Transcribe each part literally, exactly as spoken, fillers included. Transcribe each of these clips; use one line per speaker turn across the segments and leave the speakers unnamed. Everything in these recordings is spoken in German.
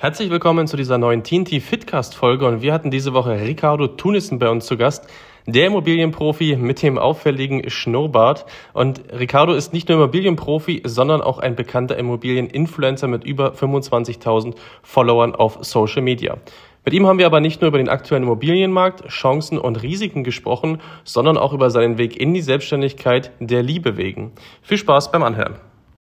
Herzlich willkommen zu dieser neuen T N T Fitcast-Folge und wir hatten diese Woche Ricardo Tunissen bei uns zu Gast, der Immobilienprofi mit dem auffälligen Schnurrbart. Und Ricardo ist nicht nur Immobilienprofi, sondern auch ein bekannter Immobilieninfluencer mit über fünfundzwanzigtausend Followern auf Social Media. Mit ihm haben wir aber nicht nur über den aktuellen Immobilienmarkt, Chancen und Risiken gesprochen, sondern auch über seinen Weg in die Selbstständigkeit der Liebe wegen. Viel Spaß beim Anhören.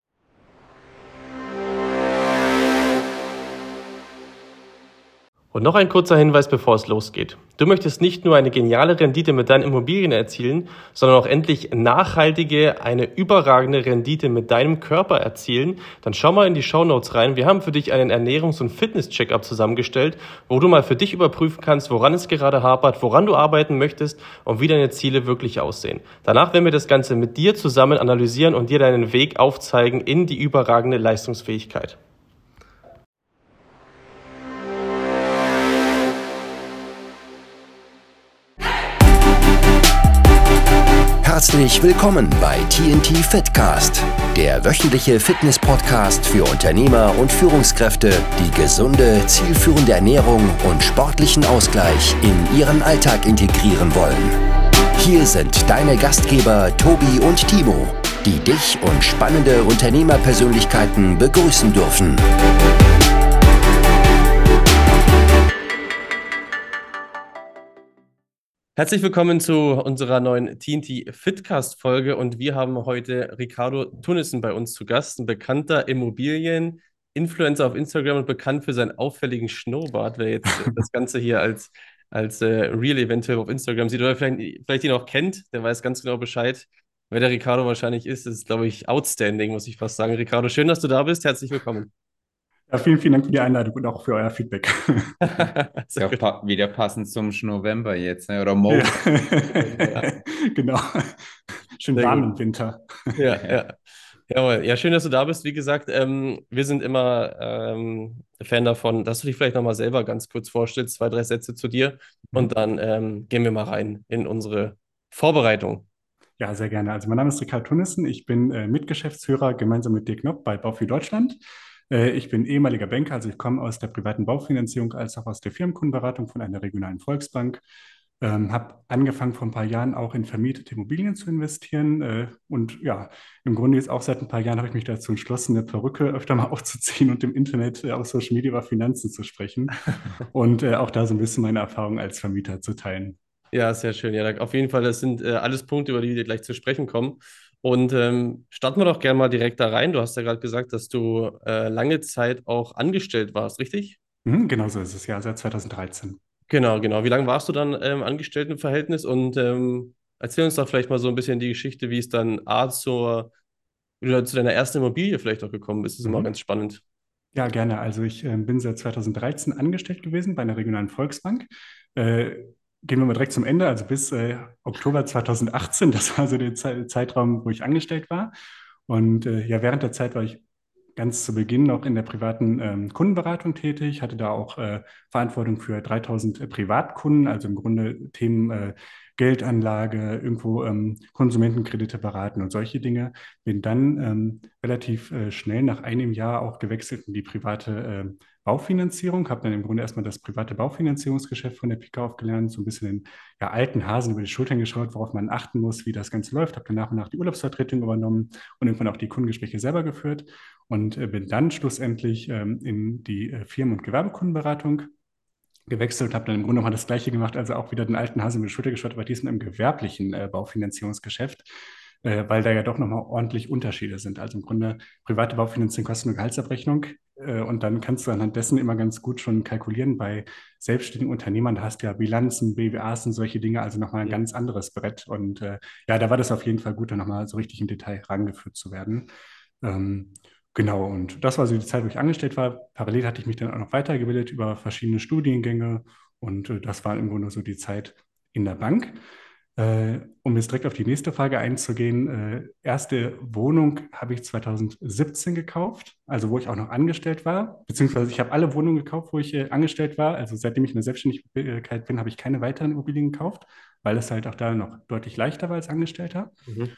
Und noch ein kurzer Hinweis, bevor es losgeht. Du möchtest nicht nur eine geniale Rendite mit deinen Immobilien erzielen, sondern auch endlich nachhaltige, eine überragende Rendite mit deinem Körper erzielen, dann schau mal in die Shownotes rein. Wir haben für dich einen Ernährungs- und Fitness-Check-up zusammengestellt, wo du mal für dich überprüfen kannst, woran es gerade hapert, woran du arbeiten möchtest und wie deine Ziele wirklich aussehen. Danach werden wir das Ganze mit dir zusammen analysieren und dir deinen Weg aufzeigen in die überragende Leistungsfähigkeit.
Herzlich willkommen bei T N T Fitcast, der wöchentliche Fitness-Podcast für Unternehmer und Führungskräfte, die gesunde, zielführende Ernährung und sportlichen Ausgleich in ihren Alltag integrieren wollen. Hier sind deine Gastgeber Tobi und Timo, die dich und spannende Unternehmerpersönlichkeiten begrüßen dürfen.
Herzlich willkommen zu unserer neuen T N T Fitcast-Folge und wir haben heute Ricardo Tunissen bei uns zu Gast, ein bekannter Immobilien-Influencer auf Instagram und bekannt für seinen auffälligen Schnurrbart, wer jetzt das Ganze hier als, als äh, Reel eventuell auf Instagram sieht oder vielleicht, vielleicht ihn auch kennt, der weiß ganz genau Bescheid, wer der Ricardo wahrscheinlich ist. Das ist, glaube ich, outstanding, muss ich fast sagen. Ricardo, schön, dass du da bist. Herzlich willkommen.
Ja, vielen, vielen Dank für die Einladung und auch für euer Feedback.
Ist ja pa wieder passend zum November jetzt, ne? Oder Mo.
Ja. Genau. Schön
Sehr
warm
gut.
im Winter.
Ja, ja. Jawohl. Ja, schön, dass du da bist. Wie gesagt, ähm, wir sind immer ähm, Fan davon, dass du dich vielleicht nochmal selber ganz kurz vorstellst, zwei, drei Sätze zu dir und dann ähm, gehen wir mal rein in unsere Vorbereitung.
Ja, sehr gerne. Also mein Name ist Ricardo Tunissen. Ich bin äh, Mitgeschäftsführer gemeinsam mit Dirk Knopp bei Bau für Deutschland. Äh, ich bin ehemaliger Banker, also ich komme aus der privaten Baufinanzierung als auch aus der Firmenkundenberatung von einer regionalen Volksbank. Ähm, habe angefangen vor ein paar Jahren auch in vermietete Immobilien zu investieren. Äh, und ja, im Grunde jetzt auch seit ein paar Jahren habe ich mich dazu entschlossen, eine Perücke öfter mal aufzuziehen und im Internet äh, auf Social Media über Finanzen zu sprechen und äh, auch da so ein bisschen meine Erfahrung als Vermieter zu teilen.
Ja, sehr schön. Ja, auf jeden Fall, das sind äh, alles Punkte, über die wir gleich zu sprechen kommen. Und ähm, starten wir doch gerne mal direkt da rein. Du hast ja gerade gesagt, dass du äh, lange Zeit auch angestellt warst, richtig?
Mhm, genau so ist es, ja, seit zweitausenddreizehn.
Genau, genau. Wie lange warst du dann ähm, Angestelltenverhältnis? Und ähm, erzähl uns doch vielleicht mal so ein bisschen die Geschichte, wie es dann A zur, oder zu deiner ersten Immobilie vielleicht auch gekommen ist. Das ist immer
Mhm.
ganz spannend.
Ja, gerne. Also ich äh, bin seit zweitausenddreizehn angestellt gewesen bei einer regionalen Volksbank. Äh, Gehen wir mal direkt zum Ende, also bis äh, Oktober zweitausendachtzehn, das war so der Ze Zeitraum, wo ich angestellt war. Und äh, ja, während der Zeit war ich ganz zu Beginn noch in der privaten ähm, Kundenberatung tätig, hatte da auch äh, Verantwortung für dreitausend äh, Privatkunden, also im Grunde Themen äh, Geldanlage, irgendwo ähm, Konsumentenkredite beraten und solche Dinge. Bin dann ähm, relativ äh, schnell nach einem Jahr auch gewechselt in die private äh, Baufinanzierung, habe dann im Grunde erstmal das private Baufinanzierungsgeschäft von der Pike auf gelernt, so ein bisschen den ja, alten Hasen über die Schultern geschaut, worauf man achten muss, wie das Ganze läuft, habe dann nach und nach die Urlaubsvertretung übernommen und irgendwann auch die Kundengespräche selber geführt und äh, bin dann schlussendlich ähm, in die äh, Firmen- und Gewerbekundenberatung gewechselt, habe dann im Grunde nochmal das Gleiche gemacht, also auch wieder den alten Hasen über die Schulter geschaut, aber diesmal im gewerblichen äh, Baufinanzierungsgeschäft, äh, weil da ja doch nochmal ordentlich Unterschiede sind. Also im Grunde private Baufinanzierung kostet eine Gehaltsabrechnung äh, und dann kannst du anhand dessen immer ganz gut schon kalkulieren. Bei selbstständigen Unternehmern, da hast du ja Bilanzen, B W As und solche Dinge, also nochmal ein
Mhm.
ganz anderes Brett. Und äh, ja, da war das auf jeden Fall gut, da nochmal so richtig im Detail rangeführt zu werden. Ähm, Genau, und das war so die Zeit, wo ich angestellt war. Parallel hatte ich mich dann auch noch weitergebildet über verschiedene Studiengänge und äh, das war im Grunde so die Zeit in der Bank. Äh, um jetzt direkt auf die nächste Frage einzugehen, äh, erste Wohnung habe ich zweitausendsiebzehn gekauft, also wo ich auch noch angestellt war, beziehungsweise ich habe alle Wohnungen gekauft, wo ich äh, angestellt war. Also seitdem ich in der Selbstständigkeit bin, habe ich keine weiteren Immobilien gekauft, weil es halt auch da noch deutlich leichter war als Angestellter.
Mhm.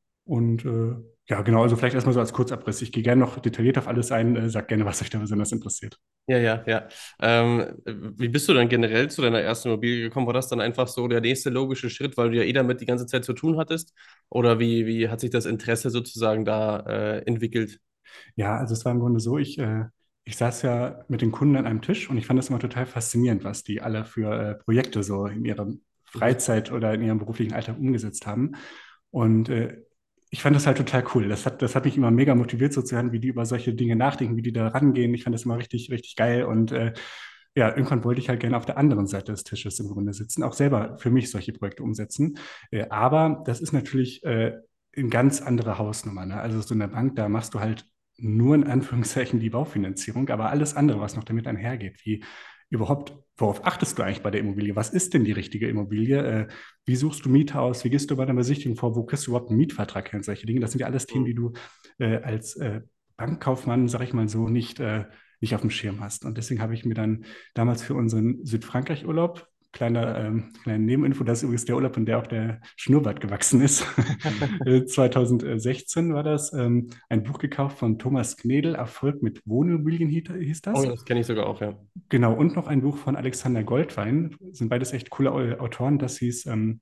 Und äh, ja, genau, also vielleicht erstmal so als Kurzabriss. Ich gehe gerne noch detailliert auf alles ein, äh, sag gerne, was euch da besonders interessiert.
Ja, ja, ja. Ähm, wie bist du dann generell zu deiner ersten Immobilie gekommen? War das dann einfach so der nächste logische Schritt, weil du ja eh damit die ganze Zeit zu tun hattest? Oder wie, wie hat sich das Interesse sozusagen da äh, entwickelt?
Ja, also es war im Grunde so, ich, äh, ich saß ja mit den Kunden an einem Tisch und ich fand das immer total faszinierend, was die alle für äh, Projekte so in ihrer
Mhm.
Freizeit oder in ihrem beruflichen Alltag umgesetzt haben. Und äh, ich fand das halt total cool. Das hat, das hat mich immer mega motiviert, so zu hören, wie die über solche Dinge nachdenken, wie die da rangehen. Ich fand das immer richtig, richtig geil. Und äh, ja, irgendwann wollte ich halt gerne auf der anderen Seite des Tisches im Grunde sitzen, auch selber für mich solche Projekte umsetzen. Äh, aber das ist natürlich äh, eine ganz andere Hausnummer. Ne? Also so in der Bank, da machst du halt nur in Anführungszeichen die Baufinanzierung, aber alles andere, was noch damit einhergeht, wie überhaupt, worauf achtest du eigentlich bei der Immobilie? Was ist denn die richtige Immobilie? Äh, wie suchst du Mieter aus? Wie gehst du bei der Besichtigung vor? Wo kriegst du überhaupt einen Mietvertrag her? Und solche Dinge, das sind ja alles Themen, die
Mhm.
du äh, als äh, Bankkaufmann, sag ich mal so, nicht, äh, nicht auf dem Schirm hast. Und deswegen habe ich mir dann damals für unseren Südfrankreich-Urlaub, kleiner, ähm, kleine Nebeninfo, das ist übrigens der Urlaub, in der auch der Schnurrbart gewachsen ist. Äh, zweitausendsechzehn war das, ähm, ein Buch gekauft von Thomas Knedel, Erfolg mit Wohnimmobilien hieß hieß
Oh ja,
das.
das kenne ich sogar auch, ja.
Genau, und noch ein Buch von Alexander Goldwein. Sind beides echt coole Au- Autoren. Das hieß ähm,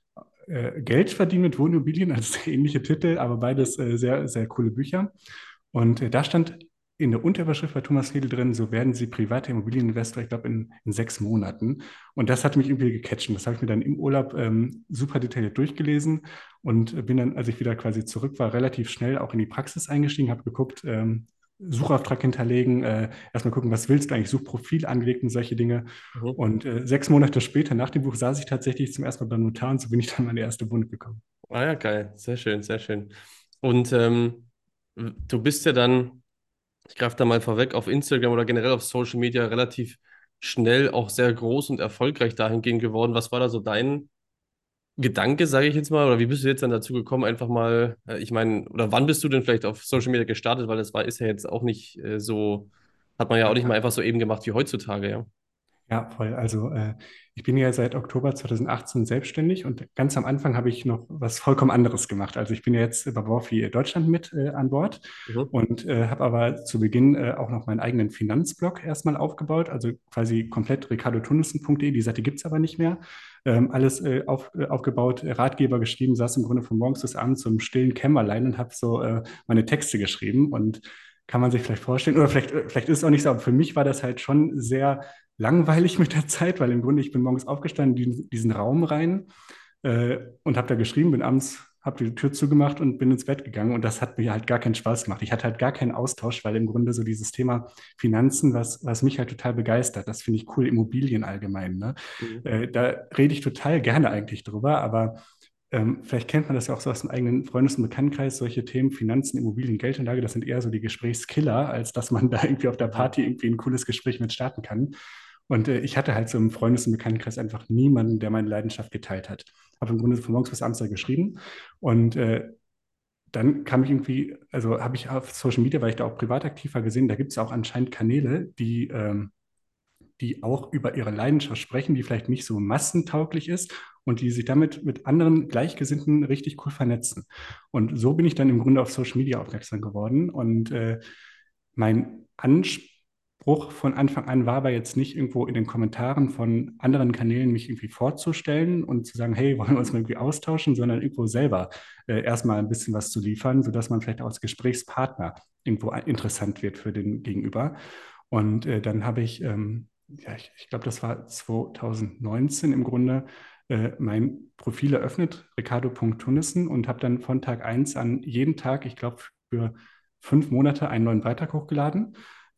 äh, Geld verdienen mit Wohnimmobilien, also sehr ähnliche Titel, aber beides äh, sehr, sehr coole Bücher. Und äh, da stand in der Unterüberschrift bei Thomas Riedel drin, so werden Sie privater Immobilieninvestor, ich glaube, in, in sechs Monaten. Und das hat mich irgendwie gecatcht. Und das habe ich mir dann im Urlaub ähm, super detailliert durchgelesen und äh, bin dann, als ich wieder quasi zurück war, relativ schnell auch in die Praxis eingestiegen, habe geguckt, ähm, Suchauftrag hinterlegen, äh, erstmal gucken, was willst du eigentlich, Suchprofil angelegt und solche Dinge.
Mhm.
Und äh, sechs Monate später, nach dem Buch, saß ich tatsächlich zum ersten Mal beim Notar und so bin ich dann meine erste Wohnung bekommen.
Ah ja, geil. Sehr schön, sehr schön. Und ähm, du bist ja dann, ich greife da mal vorweg, auf Instagram oder generell auf Social Media relativ schnell auch sehr groß und erfolgreich dahingehend geworden. Was war da so dein Gedanke, sage ich jetzt mal, oder wie bist du jetzt dann dazu gekommen, einfach mal, äh, ich meine, oder wann bist du denn vielleicht auf Social Media gestartet, weil das war, ist ja jetzt auch nicht äh, so, hat man ja auch nicht mal
Ja,
einfach so eben gemacht wie heutzutage, ja.
ja, voll. Also äh, ich bin ja seit Oktober zweitausendachtzehn selbstständig und ganz am Anfang habe ich noch was vollkommen anderes gemacht. Also ich bin ja jetzt bei Worfi Deutschland mit äh, an Bord
Mhm.
und äh, habe aber zu Beginn äh, auch noch meinen eigenen Finanzblog erstmal aufgebaut, also quasi komplett ricardotunnelsen punkt de, die Seite gibt es aber nicht mehr. Ähm, alles äh, auf, äh, aufgebaut, äh, Ratgeber geschrieben, saß im Grunde von morgens bis abends so im stillen Kämmerlein und habe so äh, meine Texte geschrieben und kann man sich vielleicht vorstellen, oder vielleicht, äh, vielleicht ist es auch nicht so, aber für mich war das halt schon sehr langweilig mit der Zeit, weil im Grunde ich bin morgens aufgestanden in diesen, diesen Raum rein äh, und habe da geschrieben, bin abends, habe die Tür zugemacht und bin ins Bett gegangen und das hat mir halt gar keinen Spaß gemacht. Ich hatte halt gar keinen Austausch, weil im Grunde so dieses Thema Finanzen, was, was mich halt total begeistert, das finde ich cool, Immobilien allgemein. Ne?
Mhm.
Äh, da rede ich total gerne eigentlich drüber, aber ähm, vielleicht kennt man das ja auch so aus dem eigenen Freundes- und Bekanntenkreis, solche Themen, Finanzen, Immobilien, Geldanlage, das sind eher so die Gesprächskiller, als dass man da irgendwie auf der
Mhm.
Party irgendwie ein cooles Gespräch mit starten kann. Und äh, ich hatte halt so im Freundes- und Bekanntenkreis einfach niemanden, der meine Leidenschaft geteilt hat. Habe im Grunde von morgens bis abends da geschrieben. Und äh, dann kam ich irgendwie, also habe ich auf Social Media, weil ich da auch privat aktiver gesehen, da gibt es auch anscheinend Kanäle, die, ähm, die auch über ihre Leidenschaft sprechen, die vielleicht nicht so massentauglich ist und die sich damit mit anderen Gleichgesinnten richtig cool vernetzen. Und so bin ich dann im Grunde auf Social Media aufmerksam geworden. Und äh, mein Anspruch von Anfang an war aber jetzt nicht irgendwo in den Kommentaren von anderen Kanälen mich irgendwie vorzustellen und zu sagen, hey, wollen wir uns mal irgendwie austauschen, sondern irgendwo selber äh, erstmal ein bisschen was zu liefern, sodass man vielleicht auch als Gesprächspartner irgendwo interessant wird für den Gegenüber. Und äh, dann habe ich, ähm, ja, ich, ich glaube, das war zweitausendneunzehn im Grunde, äh, mein Profil eröffnet, ricardo.tunissen, und habe dann von Tag eins an jeden Tag, ich glaube, für fünf Monate einen neuen Beitrag hochgeladen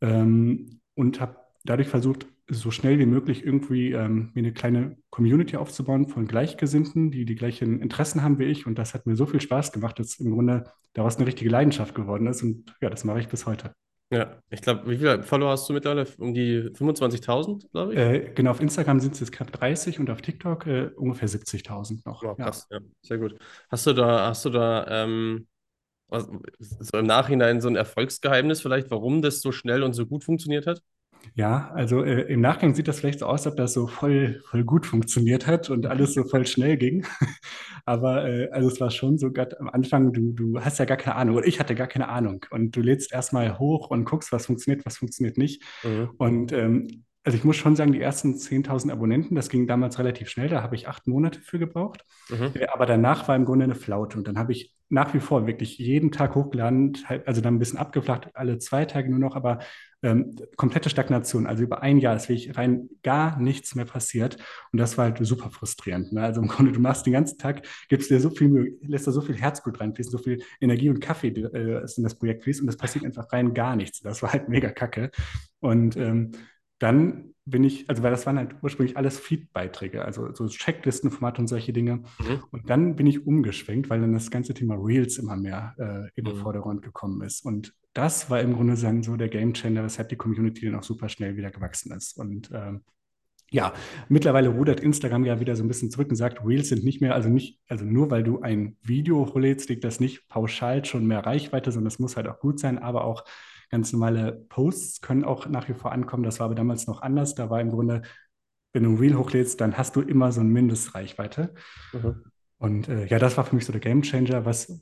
ähm, und habe dadurch versucht, so schnell wie möglich irgendwie ähm, mir eine kleine Community aufzubauen von Gleichgesinnten, die die gleichen Interessen haben wie ich. Und das hat mir so viel Spaß gemacht, dass im Grunde daraus eine richtige Leidenschaft geworden ist. Und ja, das mache ich bis heute.
Ja, ich glaube, wie viele Follower hast du mittlerweile? Um die fünfundzwanzigtausend, glaube ich.
Äh, genau, auf Instagram sind es jetzt knapp dreißig und auf TikTok äh, ungefähr siebzigtausend noch.
Wow,
Ja.
krass, ja, sehr gut. Hast du da, hast du da ähm, was, so im Nachhinein so ein Erfolgsgeheimnis vielleicht, warum das so schnell und so gut funktioniert hat?
Ja, also äh, im Nachgang sieht das vielleicht so aus, als ob das so voll, voll gut funktioniert hat und alles so voll schnell ging. Aber äh, also es war schon so, gerade am Anfang, du, du hast ja gar keine Ahnung, oder ich hatte gar keine Ahnung. Und du lädst erstmal hoch und guckst, was funktioniert, was funktioniert nicht.
Mhm.
Und ähm, also ich muss schon sagen, die ersten zehntausend Abonnenten, das ging damals relativ schnell, da habe ich acht Monate für gebraucht.
Mhm.
Äh, Aber danach war im Grunde eine Flaute. Und dann habe ich nach wie vor wirklich jeden Tag hochgeladen, halt- also dann ein bisschen abgeflacht, alle zwei Tage nur noch, aber ähm, komplette Stagnation. Also über ein Jahr ist wirklich rein gar nichts mehr passiert. Und das war halt super frustrierend. Ne? Also im Grunde, du machst den ganzen Tag, gibst dir so viel Mühe, lässt da so viel Herzblut reinfließen, so viel Energie und Kaffee äh, ist in das Projekt fließt und es passiert einfach rein gar nichts. Das war halt mega kacke. Und ähm, dann bin ich, also weil das waren halt ursprünglich alles Feed-Beiträge, also so Checklistenformat und solche Dinge.
Mhm.
Und dann bin ich umgeschwenkt, weil dann das ganze Thema Reels immer mehr äh, in den
Mhm.
Vordergrund gekommen ist. Und das war im Grunde dann so der Gamechanger, weshalb die Community dann auch super schnell wieder gewachsen ist. Und ähm, ja, mittlerweile rudert Instagram ja wieder so ein bisschen zurück und sagt, Reels sind nicht mehr, also nicht, also nur weil du ein Video hochlädst, liegt das nicht pauschal schon mehr Reichweite, sondern es muss halt auch gut sein, aber auch ganz normale Posts können auch nach wie vor ankommen. Das war aber damals noch anders. Da war im Grunde, wenn du ein Reel hochlädst, dann hast du immer so eine Mindestreichweite.
Mhm.
Und äh, ja, das war für mich so der Gamechanger. Was,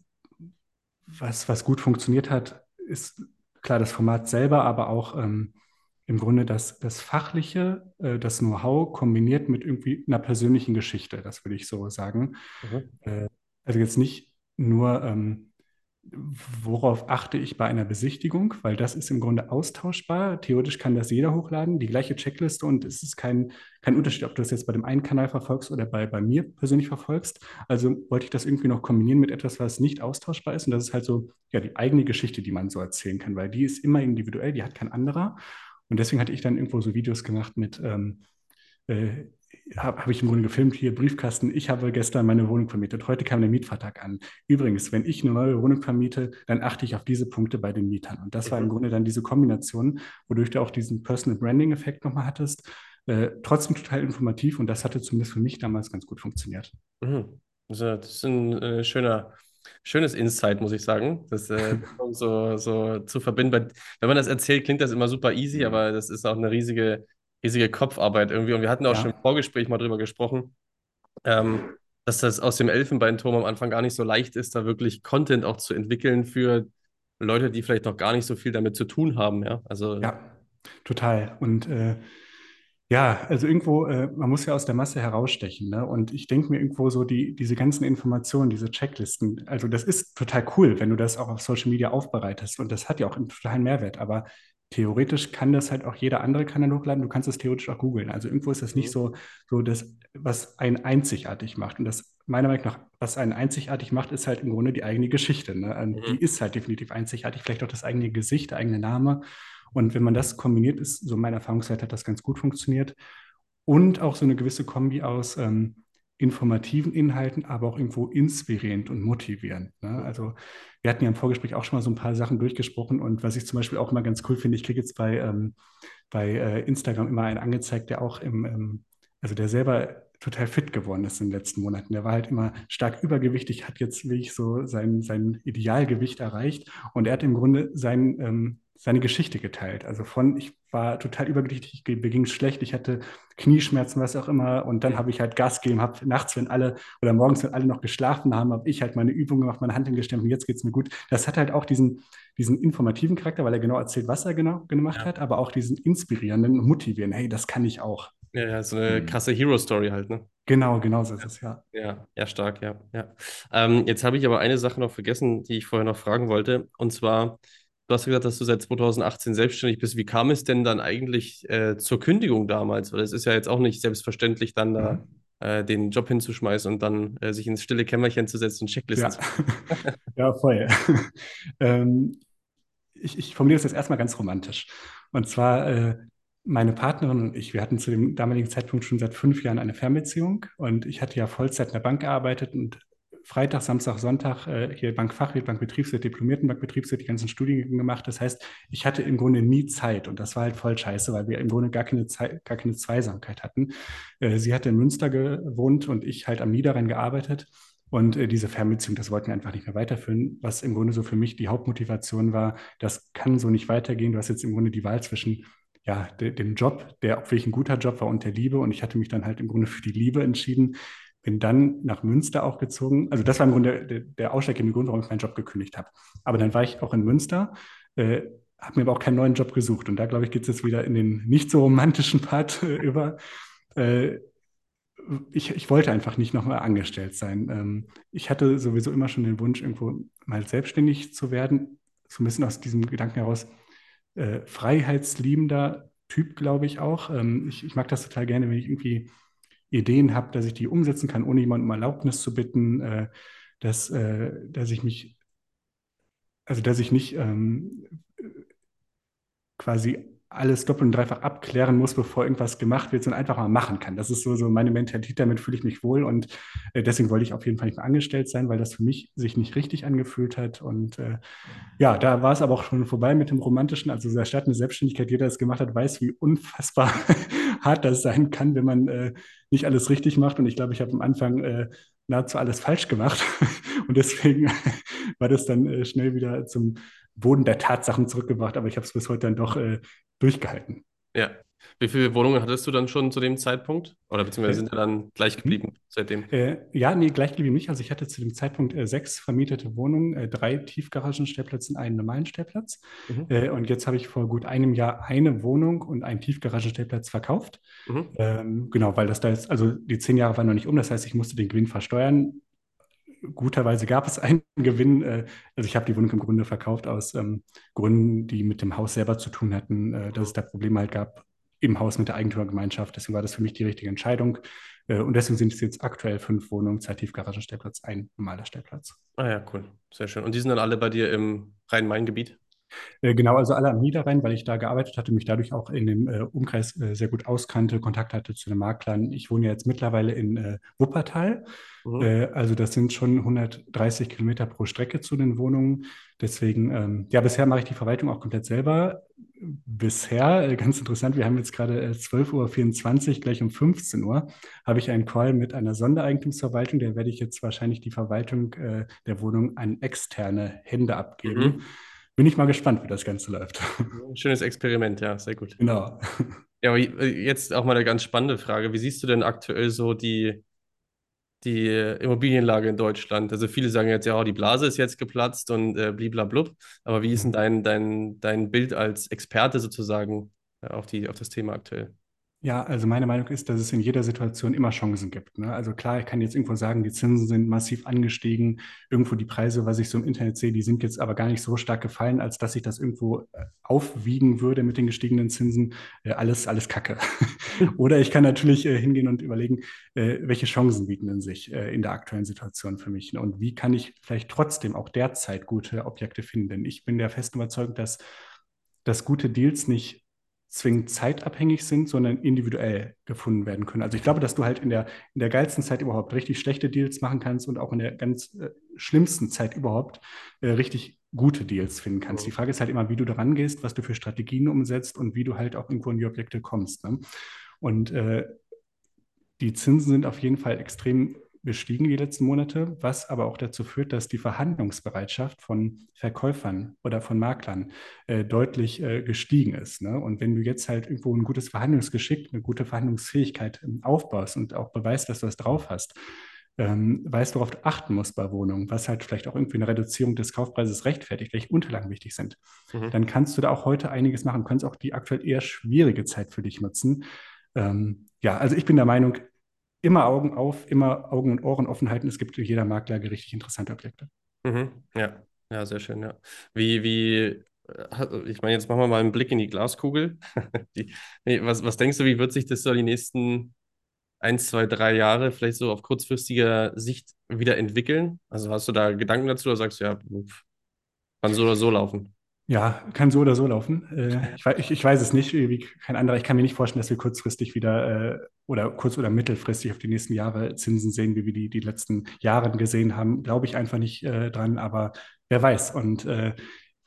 was, was gut funktioniert hat, ist klar das Format selber, aber auch ähm, im Grunde das, das Fachliche, äh, das Know-how kombiniert mit irgendwie einer persönlichen Geschichte, das würde ich so sagen.
Mhm.
Äh, also jetzt nicht nur, ähm, worauf achte ich bei einer Besichtigung, weil das ist im Grunde austauschbar. Theoretisch kann das jeder hochladen, die gleiche Checkliste und es ist kein, kein Unterschied, ob du das jetzt bei dem einen Kanal verfolgst oder bei, bei mir persönlich verfolgst. Also wollte ich das irgendwie noch kombinieren mit etwas, was nicht austauschbar ist und das ist halt so, ja, die eigene Geschichte, die man so erzählen kann, weil die ist immer individuell, die hat kein anderer. Und deswegen hatte ich dann irgendwo so Videos gemacht mit, ähm, äh, habe hab ich im Grunde gefilmt, hier Briefkasten, ich habe gestern meine Wohnung vermietet, heute kam der Mietvertrag an. Übrigens, wenn ich eine neue Wohnung vermiete, dann achte ich auf diese Punkte bei den Mietern. Und das war im
Mhm.
Grunde dann diese Kombination, wodurch du auch diesen Personal Branding-Effekt nochmal hattest. Äh, trotzdem total informativ und das hatte zumindest für mich damals ganz gut funktioniert.
Mhm. Also, das ist ein äh, schöner, schönes Insight, muss ich sagen, das äh, so, so zu verbinden. Weil, wenn man das erzählt, klingt das immer super easy, aber das ist auch eine riesige, riesige Kopfarbeit irgendwie. Und wir hatten auch schon im
Ja,
Vorgespräch mal drüber gesprochen, ähm, dass das aus dem Elfenbeinturm am Anfang gar nicht so leicht ist, da wirklich Content auch zu entwickeln für Leute, die vielleicht noch gar nicht so viel damit zu tun haben. Ja, also.
ja, total. Und äh, ja, also irgendwo, äh, man muss ja aus der Masse herausstechen, ne? Und ich denke mir irgendwo so, die, diese ganzen Informationen, diese Checklisten, also das ist total cool, wenn du das auch auf Social Media aufbereitest und das hat ja auch einen totalen Mehrwert, aber theoretisch kann das halt auch jeder andere Kanal hochladen, du kannst es theoretisch auch googeln. Also irgendwo ist das nicht
Mhm.
so, so das, was einen einzigartig macht. Und das, meiner Meinung nach, was einen einzigartig macht, ist halt im Grunde die eigene Geschichte, ne? Und die
Mhm.
ist halt definitiv einzigartig, vielleicht auch das eigene Gesicht, der eigene Name. Und wenn man das kombiniert ist, so meine Erfahrungswert hat das ganz gut funktioniert. Und auch so eine gewisse Kombi aus ähm, informativen Inhalten, aber auch irgendwo inspirierend und motivierend. Ne? Also wir hatten ja im Vorgespräch auch schon mal so ein paar Sachen durchgesprochen und was ich zum Beispiel auch immer ganz cool finde, ich kriege jetzt bei, ähm, bei äh, Instagram immer einen angezeigt, der auch im, ähm, also der selber total fit geworden ist in den letzten Monaten. Der war halt immer stark übergewichtig, hat jetzt wirklich so sein, sein Idealgewicht erreicht und er hat im Grunde sein, ähm, seine Geschichte geteilt. Also von, ich war total übergewichtig, mir ging es schlecht, ich hatte Knieschmerzen, was auch immer. Und dann habe ich halt Gas gegeben, habe nachts, wenn alle oder morgens, wenn alle noch geschlafen haben, habe ich halt meine Übungen gemacht, meine Hand hingestemmt und jetzt geht es mir gut. Das hat halt auch diesen, diesen informativen Charakter, weil er genau erzählt, was er genau gemacht
Ja.
hat, aber auch diesen inspirierenden und motivierenden, hey, das kann ich auch.
Ja, ja, so eine krasse Hero-Story halt, ne?
Genau, genau so ist es, ja.
Ja, ja, stark, ja, ja. Ähm, jetzt habe ich aber eine Sache noch vergessen, die ich vorher noch fragen wollte. Und zwar, du hast gesagt, dass du seit zwanzig achtzehn selbstständig bist. Wie kam es denn dann eigentlich äh, zur Kündigung damals? Weil es ist ja jetzt auch nicht selbstverständlich, dann da
Mhm.
äh, den Job hinzuschmeißen und dann äh, sich ins stille Kämmerchen zu setzen und Checklisten
Ja,
zu.
ja, voll. ähm, ich, ich formuliere das jetzt erstmal ganz romantisch. Und zwar, äh, meine Partnerin und ich, wir hatten zu dem damaligen Zeitpunkt schon seit fünf Jahren eine Fernbeziehung und ich hatte ja Vollzeit in der Bank gearbeitet und Freitag, Samstag, Sonntag äh, hier Bankfachwirt, Bankbetriebswirt, Diplomierten Bankbetriebswirt, die ganzen Studiengänge gemacht. Das heißt, ich hatte im Grunde nie Zeit und das war halt voll scheiße, weil wir im Grunde gar keine Zeit, gar keine Zweisamkeit hatten. Äh, sie hatte in Münster gewohnt und ich halt am Niederrhein gearbeitet. Und äh, diese Fernbeziehung, das wollten wir einfach nicht mehr weiterführen, was im Grunde so für mich die Hauptmotivation war, das kann so nicht weitergehen. Du hast jetzt im Grunde die Wahl zwischen, ja, de, dem Job, der auch wirklich ein guter Job war und der Liebe. Und ich hatte mich dann halt im Grunde für die Liebe entschieden. Bin dann nach Münster auch gezogen. Also das war im Grunde der, der ausschlaggebende Grund, warum ich meinen Job gekündigt habe. Aber dann war ich auch in Münster, äh, habe mir aber auch keinen neuen Job gesucht. Und da, glaube ich, geht es jetzt wieder in den nicht so romantischen Part äh, über. Äh, ich, ich wollte einfach nicht nochmal angestellt sein. Ähm, ich hatte sowieso immer schon den Wunsch, irgendwo mal selbstständig zu werden. So ein bisschen aus diesem Gedanken heraus, äh, freiheitsliebender Typ, glaube ich auch. Ähm, ich, ich mag das total gerne, wenn ich irgendwie Ideen habe, dass ich die umsetzen kann, ohne jemanden um Erlaubnis zu bitten, äh, dass, äh, dass ich mich, also dass ich nicht ähm, quasi alles doppelt und dreifach abklären muss, bevor irgendwas gemacht wird, sondern einfach mal machen kann. Das ist so, so meine Mentalität, damit fühle ich mich wohl und äh, deswegen wollte ich auf jeden Fall nicht mehr angestellt sein, weil das für mich sich nicht richtig angefühlt hat und äh, ja, da war es aber auch schon vorbei mit dem Romantischen. Also der Start in der Selbstständigkeit, jeder, der das gemacht hat, weiß, wie unfassbar hart das sein kann, wenn man äh, nicht alles richtig macht. Und ich glaube, ich habe am Anfang äh, nahezu alles falsch gemacht. Und deswegen war das dann äh, schnell wieder zum Boden der Tatsachen zurückgebracht. Aber ich habe es bis heute dann doch äh, durchgehalten.
Ja. Wie viele Wohnungen hattest du dann schon zu dem Zeitpunkt? Oder beziehungsweise
Äh,
sind ja dann gleich
hm?
geblieben seitdem?
Äh, ja, nee, gleich geblieben nicht. Also ich hatte zu dem Zeitpunkt äh, sechs vermietete Wohnungen, äh, drei Tiefgaragenstellplätze und einen normalen Stellplatz.
Mhm.
Äh, und jetzt habe ich vor gut einem Jahr eine Wohnung und einen Tiefgaragenstellplatz verkauft.
Mhm.
Ähm, genau, weil das da jetzt, also die zehn Jahre waren noch nicht um, das heißt, ich musste den Gewinn versteuern. Guterweise gab es einen Gewinn. Äh, also ich habe die Wohnung im Grunde verkauft aus ähm, Gründen, die mit dem Haus selber zu tun hatten, äh, dass es da Probleme halt gab im Haus mit der Eigentümergemeinschaft. Deswegen war das für mich die richtige Entscheidung. Äh, und deswegen sind es jetzt aktuell fünf Wohnungen, zwei Tiefgaragenstellplatz, ein normaler Stellplatz.
Ah ja, cool. Sehr schön. Und die sind dann alle bei dir im Rhein-Main-Gebiet?
Äh, Genau, also alle am Niederrhein, weil ich da gearbeitet hatte, mich dadurch auch in dem äh, Umkreis äh, sehr gut auskannte, Kontakt hatte zu den Maklern. Ich wohne ja jetzt mittlerweile in äh, Wuppertal.
Mhm.
Äh, also das sind schon hundertdreißig Kilometer pro Strecke zu den Wohnungen. Deswegen, ähm, ja, bisher mache ich die Verwaltung auch komplett selber. Bisher, äh, ganz interessant, wir haben jetzt gerade äh, zwölf Uhr vierundzwanzig, gleich um fünfzehn Uhr, habe ich einen Call mit einer Sondereigentumsverwaltung. Der werde ich jetzt wahrscheinlich die Verwaltung äh, der Wohnung an externe Hände abgeben.
Mhm.
Bin ich mal gespannt, wie das Ganze läuft.
Ein schönes Experiment, ja, sehr gut.
Genau.
Ja, aber jetzt auch mal eine ganz spannende Frage. Wie siehst du denn aktuell so die, die äh, Immobilienlage in Deutschland? Also viele sagen jetzt, ja, oh, die Blase ist jetzt geplatzt und äh, bliblablub. Aber wie ist denn dein, dein, dein Bild als Experte sozusagen äh, auf die, auf das Thema aktuell?
Ja, also meine Meinung ist, dass es in jeder Situation immer Chancen gibt. Ne? Also klar, ich kann jetzt irgendwo sagen, die Zinsen sind massiv angestiegen. Irgendwo die Preise, was ich so im Internet sehe, die sind jetzt aber gar nicht so stark gefallen, als dass ich das irgendwo äh, aufwiegen würde mit den gestiegenen Zinsen. Äh, alles, alles Kacke. Oder ich kann natürlich äh, hingehen und überlegen, äh, welche Chancen bieten denn sich äh, in der aktuellen Situation für mich? Ne? Und wie kann ich vielleicht trotzdem auch derzeit gute Objekte finden? Denn ich bin der festen Überzeugung, dass, dass gute Deals nicht zwingend zeitabhängig sind, sondern individuell gefunden werden können. Also ich glaube, dass du halt in der, in der geilsten Zeit überhaupt richtig schlechte Deals machen kannst und auch in der ganz äh, schlimmsten Zeit überhaupt äh, richtig gute Deals finden kannst. Die Frage ist halt immer, wie du daran gehst, was du für Strategien umsetzt und wie du halt auch irgendwo in die Objekte kommst. Ne? Und äh, die Zinsen sind auf jeden Fall extrem gestiegen die letzten Monate, was aber auch dazu führt, dass die Verhandlungsbereitschaft von Verkäufern oder von Maklern äh, deutlich äh, gestiegen ist. Ne? Und wenn du jetzt halt irgendwo ein gutes Verhandlungsgeschick, eine gute Verhandlungsfähigkeit ähm, aufbaust und auch beweist, dass du das drauf hast, ähm, weißt, worauf du achten musst bei Wohnungen, was halt vielleicht auch irgendwie eine Reduzierung des Kaufpreises rechtfertigt, welche Unterlagen wichtig sind,
Mhm.
dann kannst du da auch heute einiges machen, kannst auch die aktuell eher schwierige Zeit für dich nutzen. Ähm, ja, also ich bin der Meinung, immer Augen auf, immer Augen und Ohren offen halten. Es gibt in jeder Marktlage richtig interessante Objekte.
Mhm. Ja, ja, sehr schön, ja. Wie, wie, äh, hat- ich meine, jetzt machen wir mal einen Blick in die Glaskugel. Die, nee, was, was denkst du, wie wird sich das so die nächsten eins, zwei, drei Jahre vielleicht so auf kurzfristiger Sicht wieder entwickeln? Also hast du da Gedanken dazu oder sagst du, ja, pf, kann so oder so laufen?
Ja, kann so oder so laufen. Äh, ich, wei- ich, ich weiß es nicht, wie kein anderer. Ich kann mir nicht vorstellen, dass wir kurzfristig wieder äh, oder kurz- oder mittelfristig auf die nächsten Jahre Zinsen sehen, wie wir die die letzten Jahre gesehen haben. Glaube ich einfach nicht äh, dran, aber wer weiß. Und äh,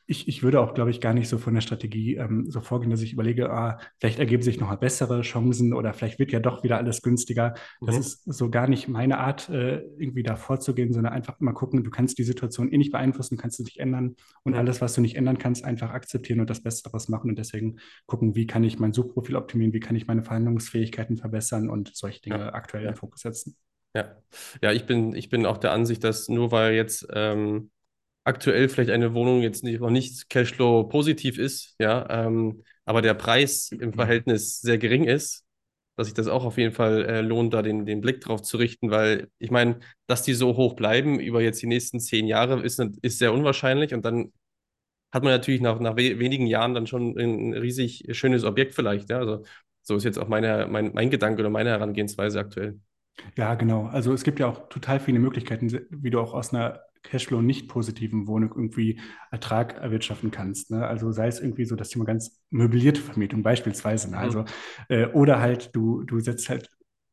ich, ich würde auch, glaube ich, gar nicht so von der Strategie ähm, so vorgehen, dass ich überlege, ah, vielleicht ergeben sich noch mal bessere Chancen oder vielleicht wird ja doch wieder alles günstiger. Das
Mhm.
ist so gar nicht meine Art, äh, irgendwie da vorzugehen, sondern einfach immer gucken, du kannst die Situation eh nicht beeinflussen, kannst du nicht ändern und
Mhm.
alles, was du nicht ändern kannst, einfach akzeptieren und das Beste daraus machen und deswegen gucken, wie kann ich mein Suchprofil optimieren, wie kann ich meine Verhandlungsfähigkeiten verbessern und solche
Ja,
Dinge aktuell in
ja,
den Fokus setzen.
ja. Ja, ich bin, ich bin auch der Ansicht, dass nur weil jetzt ähm, aktuell vielleicht eine Wohnung jetzt nicht, noch nicht Cashflow positiv ist, ja, ähm, aber der Preis im Verhältnis sehr gering ist, dass sich das auch auf jeden Fall äh, lohnt, da den, den Blick drauf zu richten, weil ich meine, dass die so hoch bleiben über jetzt die nächsten zehn Jahre ist, ist sehr unwahrscheinlich und dann hat man natürlich nach, nach we wenigen Jahren dann schon ein riesig schönes Objekt vielleicht, ja, also so ist jetzt auch meine, mein, mein Gedanke oder meine Herangehensweise aktuell.
Ja, genau. Also es gibt ja auch total viele Möglichkeiten, wie du auch aus einer Cashflow nicht positiven Wohnung irgendwie Ertrag erwirtschaften kannst. Ne? Also sei es irgendwie so das Thema ganz möblierte Vermietung beispielsweise. Ne?
Mhm.
Also äh, oder halt du du setzt halt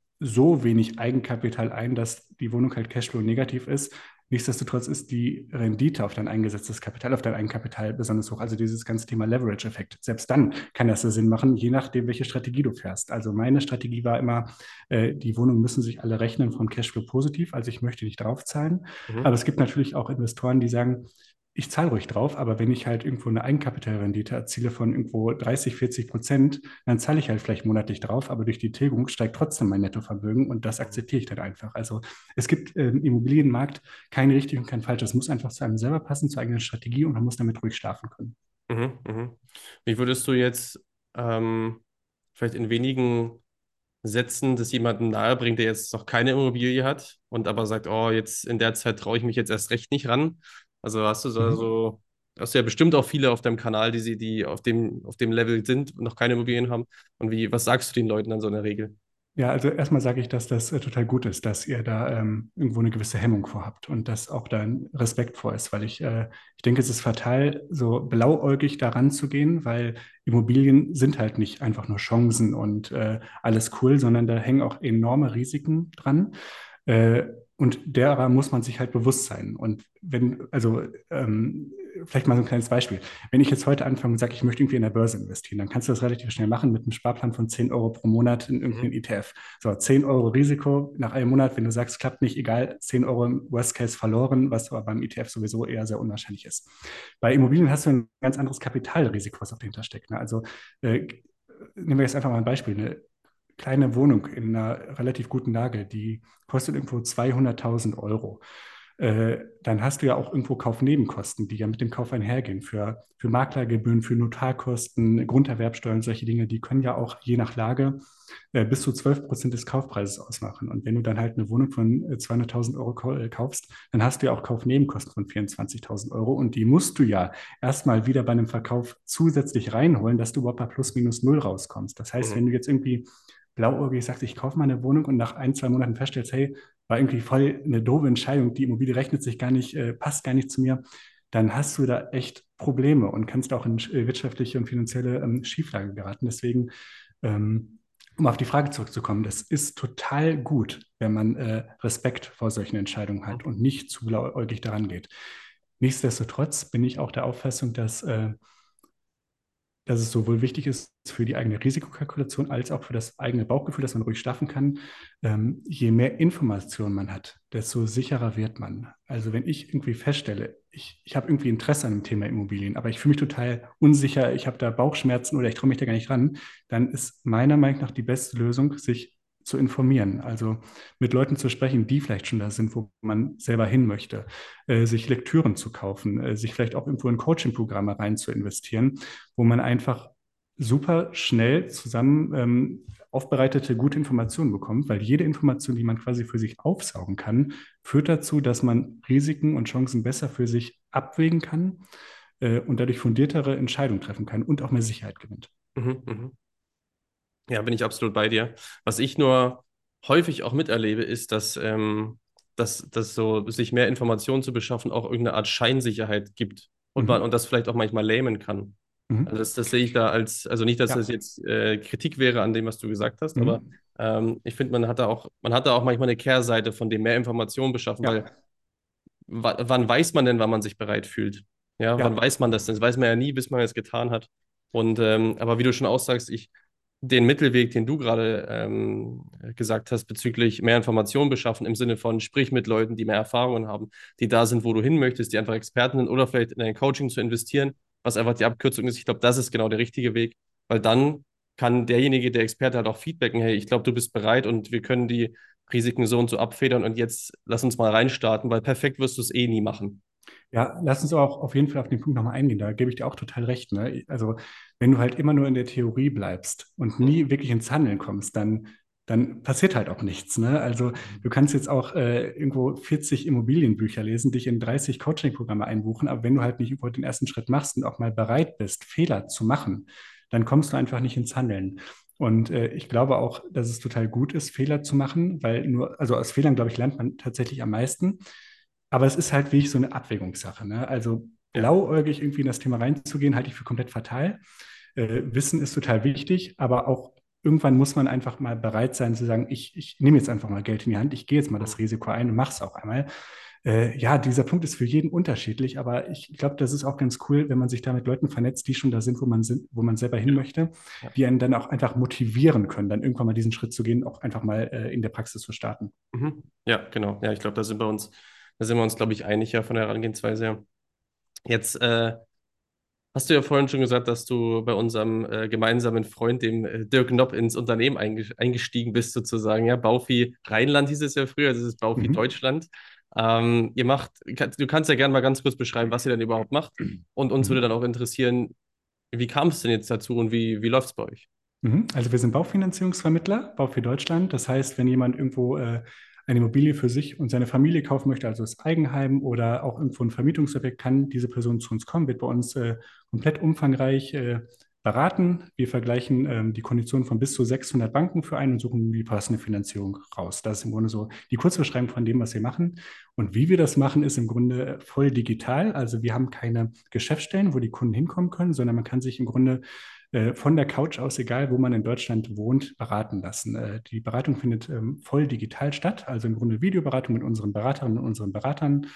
so wenig Eigenkapital ein, dass die Wohnung halt Cashflow negativ ist. Nichtsdestotrotz ist die Rendite auf dein eingesetztes Kapital, auf dein Eigenkapital besonders hoch. Also dieses ganze Thema Leverage-Effekt. Selbst dann kann das so Sinn machen, je nachdem, welche Strategie du fährst. Also meine Strategie war immer, äh, die Wohnungen müssen sich alle rechnen von Cashflow positiv. Also ich möchte nicht draufzahlen. Aber
Mhm.
es gibt natürlich auch Investoren, die sagen, ich zahle ruhig drauf, aber wenn ich halt irgendwo eine Eigenkapitalrendite erziele von irgendwo dreißig, vierzig Prozent, dann zahle ich halt vielleicht monatlich drauf, aber durch die Tilgung steigt trotzdem mein Nettovermögen und das
Mhm.
akzeptiere ich dann einfach. Also es gibt äh, im Immobilienmarkt kein richtig und kein falsch. Es muss einfach zu einem selber passen, zur eigenen Strategie und man muss damit ruhig schlafen können.
Mhm. Mhm. Wie würdest du jetzt ähm, vielleicht in wenigen Sätzen das jemandem nahebringen, der jetzt noch keine Immobilie hat und aber sagt, oh, jetzt in der Zeit traue ich mich jetzt erst recht nicht ran. Also hast du so,
Mhm.
so hast du ja bestimmt auch viele auf deinem Kanal, die sie, die auf dem, auf dem Level sind und noch keine Immobilien haben. Und wie, was sagst du den Leuten dann so in der Regel?
Ja, also erstmal sage ich, dass das äh, total gut ist, dass ihr da ähm, irgendwo eine gewisse Hemmung vorhabt und dass auch da ein Respekt vor ist, weil ich, äh, ich denke, es ist fatal, so blauäugig daran zu gehen, weil Immobilien sind halt nicht einfach nur Chancen und äh, alles cool, sondern da hängen auch enorme Risiken dran. Äh, und derer muss man sich halt bewusst sein. Und wenn, also ähm, vielleicht mal so ein kleines Beispiel. Wenn ich jetzt heute anfange und sage, ich möchte irgendwie in der Börse investieren, dann kannst du das relativ schnell machen mit einem Sparplan von zehn Euro pro Monat in irgendeinen
Mhm.
E T F. So, zehn Euro Risiko nach einem Monat, wenn du sagst, klappt nicht, egal, zehn Euro im Worst Case verloren, was aber beim E T F sowieso eher sehr unwahrscheinlich ist. Bei Immobilien hast du ein ganz anderes Kapitalrisiko, was dahinter steckt. Ne? Also äh, nehmen wir jetzt einfach mal ein Beispiel. Eine kleine Wohnung in einer relativ guten Lage, die kostet irgendwo zweihunderttausend Euro. Äh, dann hast du ja auch irgendwo Kaufnebenkosten, die ja mit dem Kauf einhergehen. Für, für Maklergebühren, für Notarkosten, Grunderwerbsteuern, solche Dinge, die können ja auch je nach Lage äh, bis zu zwölf Prozent des Kaufpreises ausmachen. Und wenn du dann halt eine Wohnung von äh, zweihunderttausend Euro kaufst, dann hast du ja auch Kaufnebenkosten von vierundzwanzigtausend Euro und die musst du ja erstmal wieder bei einem Verkauf zusätzlich reinholen, dass du überhaupt bei plus minus null rauskommst. Das heißt,
Mhm.
wenn du jetzt irgendwie blauäugig sagst, ich kaufe mal eine Wohnung und nach ein, zwei Monaten feststellst, hey, war irgendwie voll eine doofe Entscheidung, die Immobilie rechnet sich gar nicht, äh, passt gar nicht zu mir, dann hast du da echt Probleme und kannst auch in äh, wirtschaftliche und finanzielle ähm, Schieflage geraten. Deswegen, ähm, um auf die Frage zurückzukommen, das ist total gut, wenn man äh, Respekt vor solchen Entscheidungen hat und nicht zu blauäugig daran geht. Nichtsdestotrotz bin ich auch der Auffassung, dass äh, dass es sowohl wichtig ist für die eigene Risikokalkulation als auch für das eigene Bauchgefühl, dass man ruhig schlafen kann. Ähm, je mehr Information man hat, desto sicherer wird man. Also wenn ich irgendwie feststelle, ich, ich habe irgendwie Interesse an dem Thema Immobilien, aber ich fühle mich total unsicher, ich habe da Bauchschmerzen oder ich traue mich da gar nicht ran, dann ist meiner Meinung nach die beste Lösung, sich zu informieren. Also mit Leuten zu sprechen, die vielleicht schon da sind, wo man selber hin möchte, äh, sich Lektüren zu kaufen, äh, sich vielleicht auch irgendwo in Coaching-Programme rein zu investieren, wo man einfach super schnell zusammen ähm, aufbereitete, gute Informationen bekommt, weil jede Information, die man quasi für sich aufsaugen kann, führt dazu, dass man Risiken und Chancen besser für sich abwägen kann äh, und dadurch fundiertere Entscheidungen treffen kann und auch mehr Sicherheit gewinnt.
Mhm. Mhm. Ja, bin ich absolut bei dir. Was ich nur häufig auch miterlebe, ist, dass, ähm, dass, dass so sich mehr Informationen zu beschaffen auch irgendeine Art Scheinsicherheit gibt und man
Mhm.
und das vielleicht auch manchmal lähmen kann. Also
Mhm.
das, das sehe ich da als, also nicht, dass das
Ja.
jetzt äh, Kritik wäre an dem, was du gesagt hast, aber
Mhm.
ähm, ich finde, man hat da auch, man hat da auch manchmal eine Kehrseite von dem mehr Informationen beschaffen, weil
Ja.
wa- wann weiß man denn, wann man sich bereit fühlt? Ja, wann
Ja,
weiß man das denn? Das weiß man ja nie, bis man es getan hat. Und ähm, aber wie du schon aussagst, ich den Mittelweg, den du gerade ähm, gesagt hast, bezüglich mehr Informationen beschaffen, im Sinne von sprich mit Leuten, die mehr Erfahrungen haben, die da sind, wo du hin möchtest, die einfach Experten sind oder vielleicht in ein Coaching zu investieren, was einfach die Abkürzung ist. Ich glaube, das ist genau der richtige Weg, weil dann kann derjenige, der Experte halt auch feedbacken, hey, ich glaube, du bist bereit und wir können die Risiken so und so abfedern und jetzt lass uns mal reinstarten, weil perfekt wirst du es eh nie machen.
ja, lass uns auch auf jeden Fall auf den Punkt nochmal eingehen. Da gebe ich dir auch total recht. Ne? Also, wenn du halt immer nur in der Theorie bleibst und nie wirklich ins Handeln kommst, dann, dann passiert halt auch nichts. Ne? Also, du kannst jetzt auch äh, irgendwo vierzig Immobilienbücher lesen, dich in dreißig Coaching-Programme einbuchen, aber wenn du halt nicht irgendwo den ersten Schritt machst und auch mal bereit bist, Fehler zu machen, dann kommst du einfach nicht ins Handeln. Und äh, ich glaube auch, dass es total gut ist, Fehler zu machen, weil nur, also aus Fehlern, glaube ich, lernt man tatsächlich am meisten. Aber es ist halt wie ich so eine Abwägungssache. Ne? Also
Ja.
blauäugig irgendwie in das Thema reinzugehen, halte ich für komplett fatal. Äh, Wissen ist total wichtig, aber auch irgendwann muss man einfach mal bereit sein zu sagen, ich, ich nehme jetzt einfach mal Geld in die Hand, ich gehe jetzt mal das Risiko ein und mache es auch einmal. Äh, ja, dieser Punkt ist für jeden unterschiedlich, aber ich glaube, das ist auch ganz cool, wenn man sich da mit Leuten vernetzt, die schon da sind, wo man sind, wo man selber hin
Ja.
möchte,
Ja.
die einen dann auch einfach motivieren können, dann irgendwann mal diesen Schritt zu gehen, auch einfach mal äh, in der Praxis zu starten.
Mhm. Ja, genau. Ja, ich glaube, da sind wir uns, da sind wir uns, glaube ich, einig ja von der Herangehensweise her. Jetzt äh, hast du ja vorhin schon gesagt, dass du bei unserem äh, gemeinsamen Freund, dem äh, Dirk Nopp, ins Unternehmen einge- eingestiegen bist, sozusagen. Ja, Baufi Rheinland hieß es ja früher, also es ist Baufi
Mhm.
Deutschland. Ähm, ihr macht, kann, du kannst ja gerne mal ganz kurz beschreiben, was ihr denn überhaupt macht. Und uns würde
Mhm.
dann auch interessieren, wie kam es denn jetzt dazu und wie, wie läuft es bei euch?
Mhm. Also wir sind Baufinanzierungsvermittler, Bau für Deutschland. Das heißt, wenn jemand irgendwo äh, eine Immobilie für sich und seine Familie kaufen möchte, also das Eigenheim oder auch irgendwo ein Vermietungsobjekt, kann diese Person zu uns kommen, wird bei uns äh, komplett umfangreich äh, beraten. Wir vergleichen ähm, die Konditionen von bis zu sechshundert Banken für einen und suchen die passende Finanzierung raus. Das ist im Grunde so die Kurzbeschreibung von dem, was wir machen. Und wie wir das machen, ist im Grunde voll digital. Also wir haben keine Geschäftsstellen, wo die Kunden hinkommen können, sondern man kann sich im Grunde äh, von der Couch aus, egal wo man in Deutschland wohnt, beraten lassen. Äh, die Beratung findet ähm, voll digital statt, also im Grunde Videoberatung mit unseren Beraterinnen und unseren Beratern.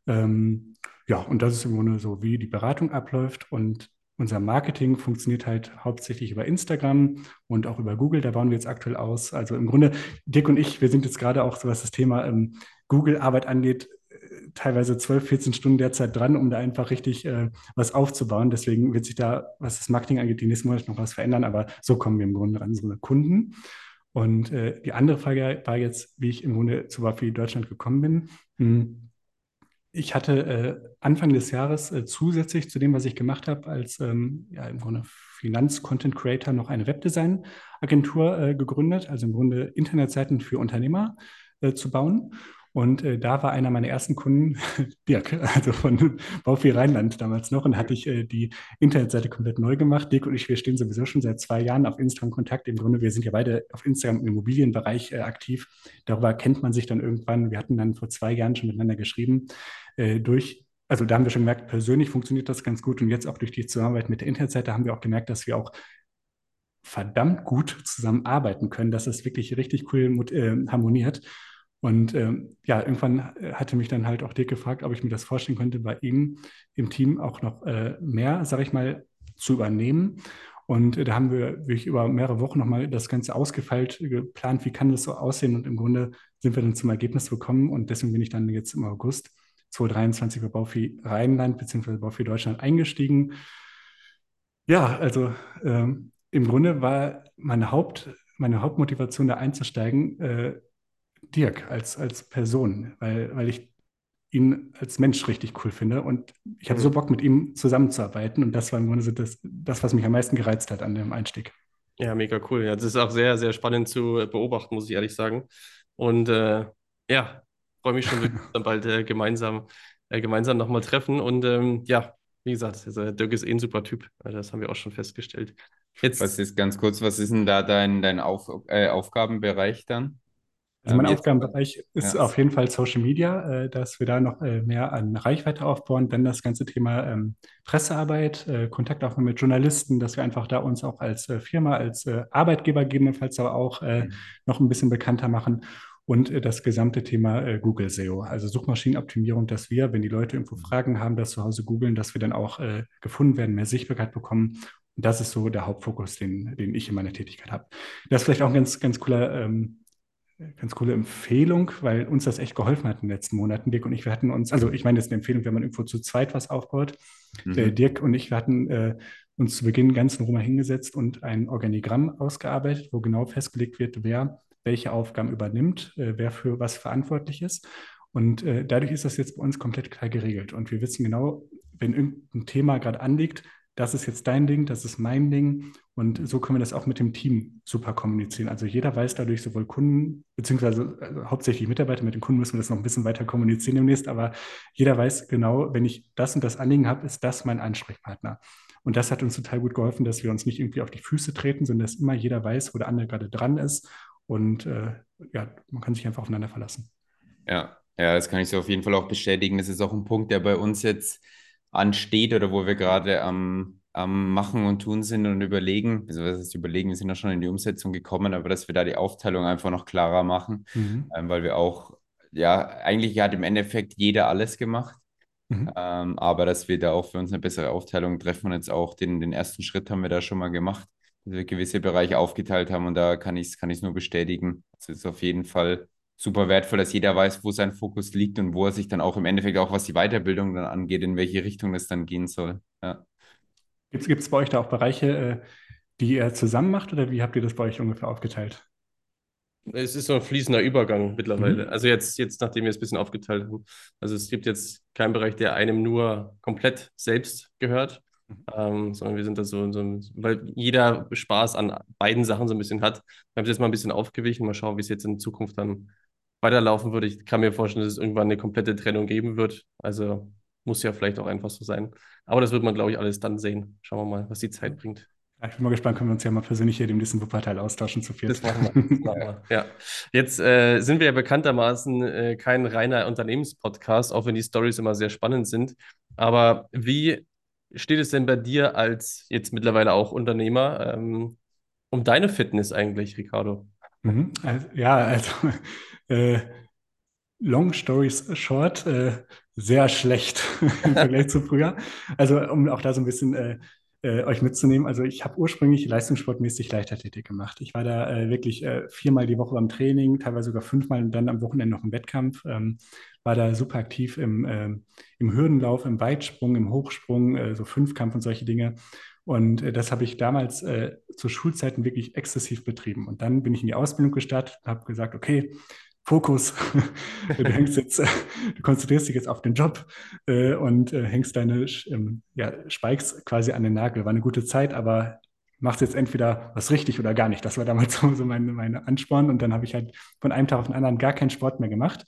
Ähm, ja, und das ist im Grunde so, wie die Beratung abläuft. Und unser Marketing funktioniert halt hauptsächlich über Instagram und auch über Google. Da bauen wir jetzt aktuell aus. Also im Grunde, Dirk und ich, wir sind jetzt gerade auch, so was das Thema ähm, Google-Arbeit angeht, teilweise zwölf, vierzehn Stunden derzeit dran, um da einfach richtig äh, was aufzubauen. Deswegen wird sich da, was das Marketing angeht, die nächsten Monate noch was verändern. Aber so kommen wir im Grunde an unsere Kunden. Und äh, die andere Frage war jetzt, wie ich im Grunde zu Wafi Deutschland gekommen bin. Hm. Ich hatte äh, Anfang des Jahres äh, zusätzlich zu dem, was ich gemacht habe, als ähm, ja, im Grunde Finanz-Content-Creator noch eine Webdesign-Agentur äh, gegründet, also im Grunde Internetseiten für Unternehmer äh, zu bauen. Und äh, da war einer meiner ersten Kunden, Dirk, also von Baufi Rheinland damals noch, und hatte ich äh, die Internetseite komplett neu gemacht. Dirk und ich, wir stehen sowieso schon seit zwei Jahren auf Instagram in Kontakt. Im Grunde, wir sind ja beide auf Instagram im Immobilienbereich äh, aktiv. Darüber kennt man sich dann irgendwann. Wir hatten dann vor zwei Jahren schon miteinander geschrieben äh, durch, also da haben wir schon gemerkt, persönlich funktioniert das ganz gut und jetzt auch durch die Zusammenarbeit mit der Internetseite haben wir auch gemerkt, dass wir auch verdammt gut zusammenarbeiten können, dass das wirklich richtig cool äh, harmoniert. Und ähm, ja, irgendwann äh, hatte mich dann halt auch Dirk gefragt, ob ich mir das vorstellen könnte, bei ihm im Team auch noch äh, mehr, sage ich mal, zu übernehmen. Und äh, da haben wir wirklich über mehrere Wochen nochmal das Ganze ausgefeilt, geplant, wie kann das so aussehen. Und im Grunde sind wir dann zum Ergebnis gekommen. Und deswegen bin ich dann jetzt im August zwanzig dreiundzwanzig bei Baufi Rheinland bzw. Baufi Deutschland eingestiegen. Ja, also ähm, im Grunde war meine Haupt, meine Hauptmotivation, da einzusteigen, äh, Dirk als, als Person, weil, weil ich ihn als Mensch richtig cool finde und ich hatte so
Mhm.
Bock, mit ihm zusammenzuarbeiten und das war im Grunde so das, das, was mich am meisten gereizt hat an dem Einstieg.
Ja, mega cool. Ja, das ist auch sehr, sehr spannend zu äh, beobachten, muss ich ehrlich sagen. Und äh, ja, freue mich schon, wenn wir uns dann bald äh, gemeinsam, äh, gemeinsam nochmal treffen. Und ähm, ja, wie gesagt, also Dirk ist eh ein super Typ. Also das haben wir auch schon festgestellt.
Was
Jetzt,
ist ganz kurz, was ist denn da dein, dein Auf, äh, Aufgabenbereich dann?
Also mein
Ähm, jetzt,
Aufgabenbereich ist
ja.
auf jeden Fall Social Media, äh, dass wir da noch äh, mehr an Reichweite aufbauen. Dann das ganze Thema ähm, Pressearbeit, äh, Kontaktaufnahme mit Journalisten, dass wir einfach da uns auch als äh, Firma, als äh, Arbeitgeber gegebenenfalls aber auch äh, noch ein bisschen bekannter machen. und äh, das gesamte Thema äh, Google S E O, also Suchmaschinenoptimierung, dass wir, wenn die Leute irgendwo Fragen haben, das zu Hause googeln, dass wir dann auch äh, gefunden werden, mehr Sichtbarkeit bekommen. Und das ist so der Hauptfokus, den, den ich in meiner Tätigkeit habe. Das ist vielleicht auch ein ganz, ganz cooler ähm, Ganz coole Empfehlung, weil uns das echt geholfen hat in den letzten Monaten. Dirk und ich, wir hatten uns, also ich meine, das ist eine Empfehlung, wenn man irgendwo zu zweit was aufbaut. Der
Mhm.
Dirk und ich, wir hatten äh, uns zu Beginn ganz in Ruhe mal hingesetzt und ein Organigramm ausgearbeitet, wo genau festgelegt wird, wer welche Aufgaben übernimmt, äh, wer für was verantwortlich ist. Und äh, dadurch ist das jetzt bei uns komplett klar geregelt. Und wir wissen genau, wenn irgendein Thema gerade anliegt, das ist jetzt dein Ding, das ist mein Ding. Und so können wir das auch mit dem Team super kommunizieren. Also jeder weiß dadurch, sowohl Kunden, beziehungsweise also hauptsächlich Mitarbeiter, mit den Kunden müssen wir das noch ein bisschen weiter kommunizieren demnächst, aber jeder weiß genau, wenn ich das und das Anliegen habe, ist das mein Ansprechpartner. Und das hat uns total gut geholfen, dass wir uns nicht irgendwie auf die Füße treten, sondern dass immer jeder weiß, wo der andere gerade dran ist. Und äh, ja, man kann sich einfach aufeinander verlassen.
Ja, ja, das kann ich so auf jeden Fall auch bestätigen. Das ist auch ein Punkt, der bei uns jetzt ansteht oder wo wir gerade am, am Machen und Tun sind und überlegen, also was heißt überlegen, wir sind ja schon in die Umsetzung gekommen, aber dass wir da die Aufteilung einfach noch klarer machen,
Mhm.
ähm, weil wir auch, ja, eigentlich hat im Endeffekt jeder alles gemacht,
Mhm.
ähm, aber dass wir da auch für uns eine bessere Aufteilung treffen und jetzt auch den, den ersten Schritt haben wir da schon mal gemacht, dass wir gewisse Bereiche aufgeteilt haben und da kann ich es kann ich's nur bestätigen. Es ist auf jeden Fall super wertvoll, dass jeder weiß, wo sein Fokus liegt und wo er sich dann auch im Endeffekt auch, was die Weiterbildung dann angeht, in welche Richtung das dann gehen soll. Ja.
Gibt es bei euch da auch Bereiche, äh, die ihr zusammen macht oder wie habt ihr das bei euch ungefähr aufgeteilt?
Es ist so ein fließender Übergang mittlerweile.
Mhm.
Also jetzt, jetzt, nachdem wir es ein bisschen aufgeteilt haben. Also es gibt jetzt keinen Bereich, der einem nur komplett selbst gehört, ähm, sondern wir sind da so, so ein, weil jeder Spaß an beiden Sachen so ein bisschen hat. Wir haben es jetzt mal ein bisschen aufgewichen, mal schauen, wie es jetzt in Zukunft dann weiterlaufen wird. Ich kann mir vorstellen, dass es irgendwann eine komplette Trennung geben wird. Also muss ja vielleicht auch einfach so sein. Aber das wird man, glaube ich, alles dann sehen. Schauen wir mal, was die Zeit bringt.
Ja, ich bin mal gespannt, können wir uns ja mal persönlich hier demnächst in Wuppertal austauschen zu viert.
Das machen wir. Das machen wir. Ja. Jetzt äh, sind wir ja bekanntermaßen äh, kein reiner Unternehmenspodcast, auch wenn die Stories immer sehr spannend sind. Aber wie steht es denn bei dir als jetzt mittlerweile auch Unternehmer ähm, um deine Fitness eigentlich, Ricardo?
Mhm. Also, ja, also äh, long stories short, äh, sehr schlecht im Vergleich zu früher. Also um auch da so ein bisschen äh, äh, euch mitzunehmen. Also ich habe ursprünglich leistungssportmäßig Leichtathletik gemacht. Ich war da äh, wirklich äh, viermal die Woche beim Training, teilweise sogar fünfmal und dann am Wochenende noch im Wettkampf. Ähm, war da super aktiv im, ähm, im Hürdenlauf, im Weitsprung, im Hochsprung, äh, so Fünfkampf und solche Dinge. Und äh, das habe ich damals äh, zu Schulzeiten wirklich exzessiv betrieben. Und dann bin ich in die Ausbildung gestartet, habe gesagt, okay, Fokus. Du hängst jetzt, äh, du konzentrierst dich jetzt auf den Job äh, und äh, hängst deine ähm, ja, Spikes quasi an den Nagel. War eine gute Zeit, aber machst jetzt entweder was richtig oder gar nicht. Das war damals so, so mein, mein Ansporn. Und dann habe ich halt von einem Tag auf den anderen gar keinen Sport mehr gemacht.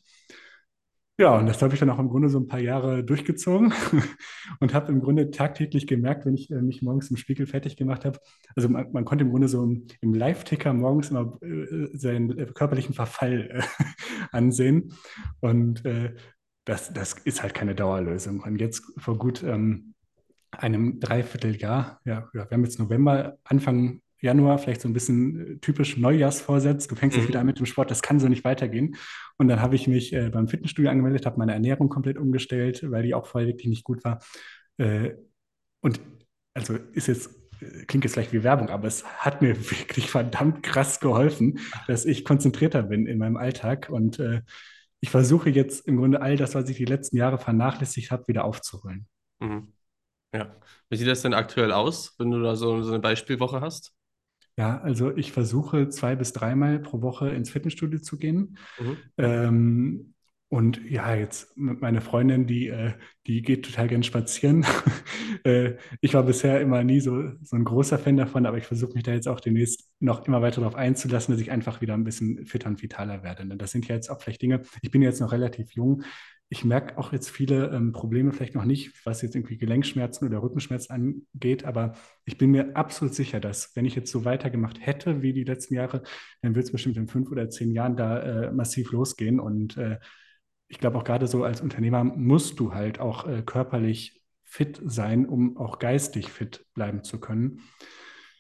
Ja, und das habe ich dann auch im Grunde so ein paar Jahre durchgezogen und habe im Grunde tagtäglich gemerkt, wenn ich äh, mich morgens im Spiegel fertig gemacht habe. Also man, man konnte im Grunde so im, im Live-Ticker morgens immer äh, seinen äh, körperlichen Verfall äh, ansehen. Und äh, das, das ist halt keine Dauerlösung. Und jetzt vor gut ähm, einem Dreivierteljahr, ja, ja, wir haben jetzt November, Anfang Januar, vielleicht so ein bisschen äh, typisch Neujahrsvorsatz, du fängst jetzt wieder an
Mhm.
mit dem Sport, das kann so nicht weitergehen. Und dann habe ich mich äh, beim Fitnessstudio angemeldet, habe meine Ernährung komplett umgestellt, weil die auch vorher wirklich nicht gut war. Äh, und also ist jetzt, äh, klingt jetzt vielleicht wie Werbung, aber es hat mir wirklich verdammt krass geholfen, dass ich konzentrierter bin in meinem Alltag. Und äh, ich versuche jetzt im Grunde all das, was ich die letzten Jahre vernachlässigt habe, wieder aufzuholen.
Mhm. Ja. Wie sieht das denn aktuell aus, wenn du da so, so eine Beispielwoche hast?
Ja, also ich versuche zwei bis dreimal pro Woche ins Fitnessstudio zu gehen.
Mhm.
Ähm, und ja, jetzt mit meine Freundin, die, äh, die geht total gern spazieren. äh, ich war bisher immer nie so, so ein großer Fan davon, aber ich versuche mich da jetzt auch demnächst noch immer weiter darauf einzulassen, dass ich einfach wieder ein bisschen fitter und vitaler werde. Ne? Das sind ja jetzt auch vielleicht Dinge, ich bin jetzt noch relativ jung. Ich merke auch jetzt viele ähm, Probleme vielleicht noch nicht, was jetzt irgendwie Gelenkschmerzen oder Rückenschmerzen angeht, aber ich bin mir absolut sicher, dass wenn ich jetzt so weitergemacht hätte wie die letzten Jahre, dann wird es bestimmt in fünf oder zehn Jahren da äh, massiv losgehen. Und äh, ich glaube auch gerade so als Unternehmer musst du halt auch äh, körperlich fit sein, um auch geistig fit bleiben zu können.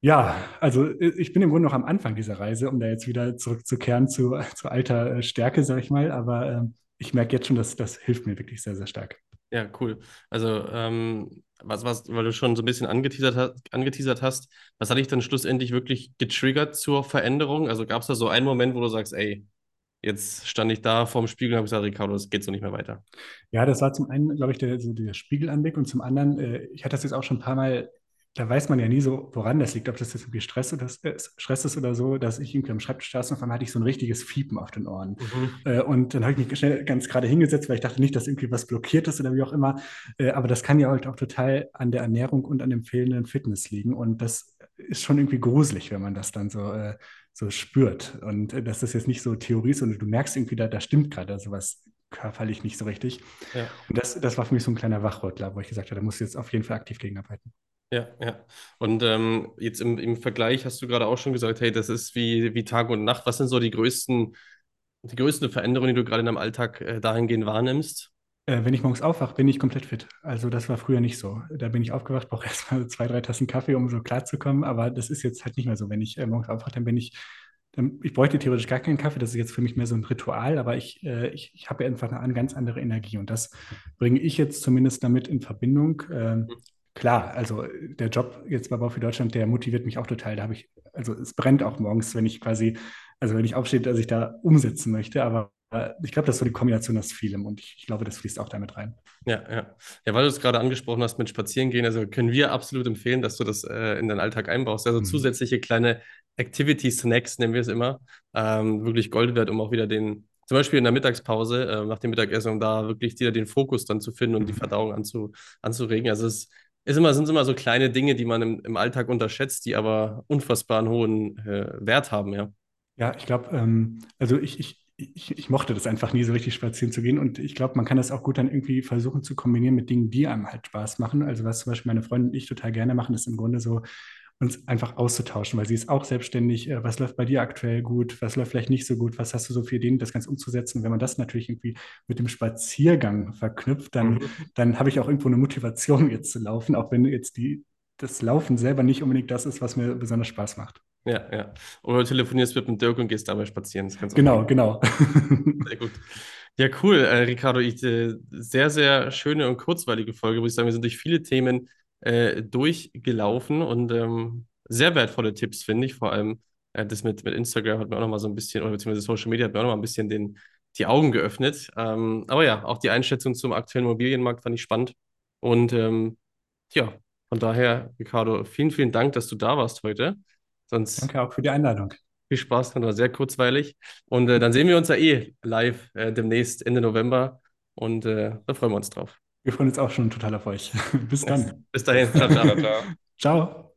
Ja, also äh, ich bin im Grunde noch am Anfang dieser Reise, um da jetzt wieder zurückzukehren zu, zu alter äh, Stärke, sag ich mal. Aber ähm, ich merke jetzt schon, dass das hilft mir wirklich sehr, sehr stark.
Ja, cool. Also, ähm, was, was, weil du schon so ein bisschen angeteasert hast, angeteasert hast, was hat dich dann schlussendlich wirklich getriggert zur Veränderung? Also gab es da so einen Moment, wo du sagst, ey, jetzt stand ich da vorm Spiegel und habe gesagt, Ricardo, das geht so nicht mehr weiter.
Ja, das war zum einen, glaube ich, der, so der Spiegelanblick und zum anderen, äh, ich hatte das jetzt auch schon ein paar Mal, da weiß man ja nie so, woran das liegt, ob das jetzt irgendwie Stress, oder, äh, Stress ist oder so, dass ich irgendwie am Schreibtisch saß und auf einmal hatte ich so ein richtiges Fiepen auf den Ohren.
Mhm.
Äh, und dann habe ich mich schnell ganz gerade hingesetzt, weil ich dachte nicht, dass irgendwie was blockiert ist oder wie auch immer. Äh, aber das kann ja halt auch total an der Ernährung und an dem fehlenden Fitness liegen. Und das ist schon irgendwie gruselig, wenn man das dann so, äh, so spürt. Und äh, dass das jetzt nicht so Theorie ist, sondern du merkst irgendwie, da, da stimmt gerade sowas körperlich nicht so richtig.
Ja.
Und das, das war für mich so ein kleiner Wachrüttler, wo ich gesagt habe, da musst du jetzt auf jeden Fall aktiv gegenarbeiten.
Ja, ja. Und ähm, jetzt im, im Vergleich hast du gerade auch schon gesagt, hey, das ist wie, wie Tag und Nacht. Was sind so die größten, die größten Veränderungen, die du gerade in deinem Alltag äh, dahingehend wahrnimmst?
Äh, wenn ich morgens aufwache, bin ich komplett fit. Also das war früher nicht so. Da bin ich aufgewacht, brauche erstmal zwei, drei Tassen Kaffee, um so klarzukommen. Aber das ist jetzt halt nicht mehr so. Wenn ich äh, morgens aufwache, dann bin ich, dann, ich bräuchte theoretisch gar keinen Kaffee. Das ist jetzt für mich mehr so ein Ritual. Aber ich, äh, ich, ich habe einfach eine ganz andere Energie. Und das bringe ich jetzt zumindest damit in Verbindung. Ähm, klar, also der Job jetzt bei Bau für Deutschland, der motiviert mich auch total. Da habe ich, also es brennt auch morgens, wenn ich quasi, also wenn ich aufstehe, dass ich da umsetzen möchte. Aber äh, ich glaube, das ist so die Kombination aus vielem und ich, ich glaube, das fließt auch damit rein.
Ja, ja. Ja, weil du es gerade angesprochen hast mit Spazierengehen, also können wir absolut empfehlen, dass du das äh, in deinen Alltag einbaust. Also
Mhm.
zusätzliche kleine Activity-Snacks, nennen wir es immer, ähm, wirklich Gold wert, um auch wieder den, zum Beispiel in der Mittagspause, äh, nach dem Mittagessen, um da wirklich wieder den Fokus dann zu finden und die
Mhm.
Verdauung anzu, anzuregen. Also es ist immer, sind immer so kleine Dinge, die man im, im Alltag unterschätzt, die aber unfassbaren hohen äh, Wert haben, ja.
Ja, ich glaube, ähm, also ich, ich, ich, ich mochte das einfach nie so richtig spazieren zu gehen und ich glaube, man kann das auch gut dann irgendwie versuchen zu kombinieren mit Dingen, die einem halt Spaß machen. Also was zum Beispiel meine Freundin und ich total gerne machen, ist im Grunde so, uns einfach auszutauschen, weil sie ist auch selbstständig. Äh, Was läuft bei dir aktuell gut? Was läuft vielleicht nicht so gut? Was hast du so für Ideen, das Ganze umzusetzen? Wenn man das natürlich irgendwie mit dem Spaziergang verknüpft, dann,
Mhm.
dann habe ich auch irgendwo eine Motivation jetzt zu laufen, auch wenn jetzt die, das Laufen selber nicht unbedingt das ist, was mir besonders Spaß macht.
Ja, ja. Oder du telefonierst mit dem Dirk und gehst dabei spazieren. Das kannst du auch machen.
Genau, genau.
Sehr gut. Ja, cool, äh, Ricardo. Ich, äh, sehr, sehr schöne und kurzweilige Folge, muss ich sagen. Wir sind durch viele Themen äh, durchgelaufen und ähm, sehr wertvolle Tipps, finde ich. Vor allem äh, das mit, mit Instagram hat mir auch noch mal so ein bisschen, oder beziehungsweise Social Media hat mir auch noch mal ein bisschen den, die Augen geöffnet. Ähm, aber ja, auch die Einschätzung zum aktuellen Immobilienmarkt fand ich spannend. Und ähm, ja, von daher, Ricardo, vielen, vielen Dank, dass du da warst heute. Sonst
Danke auch für die Einladung.
viel Spaß dran, war sehr kurzweilig. Und äh, dann sehen wir uns ja eh live äh, demnächst Ende November. Und äh, da freuen wir uns drauf.
Wir freuen uns auch schon total auf euch. Bis
Yes.
dann.
Bis dahin. Ciao, ciao.
Ciao.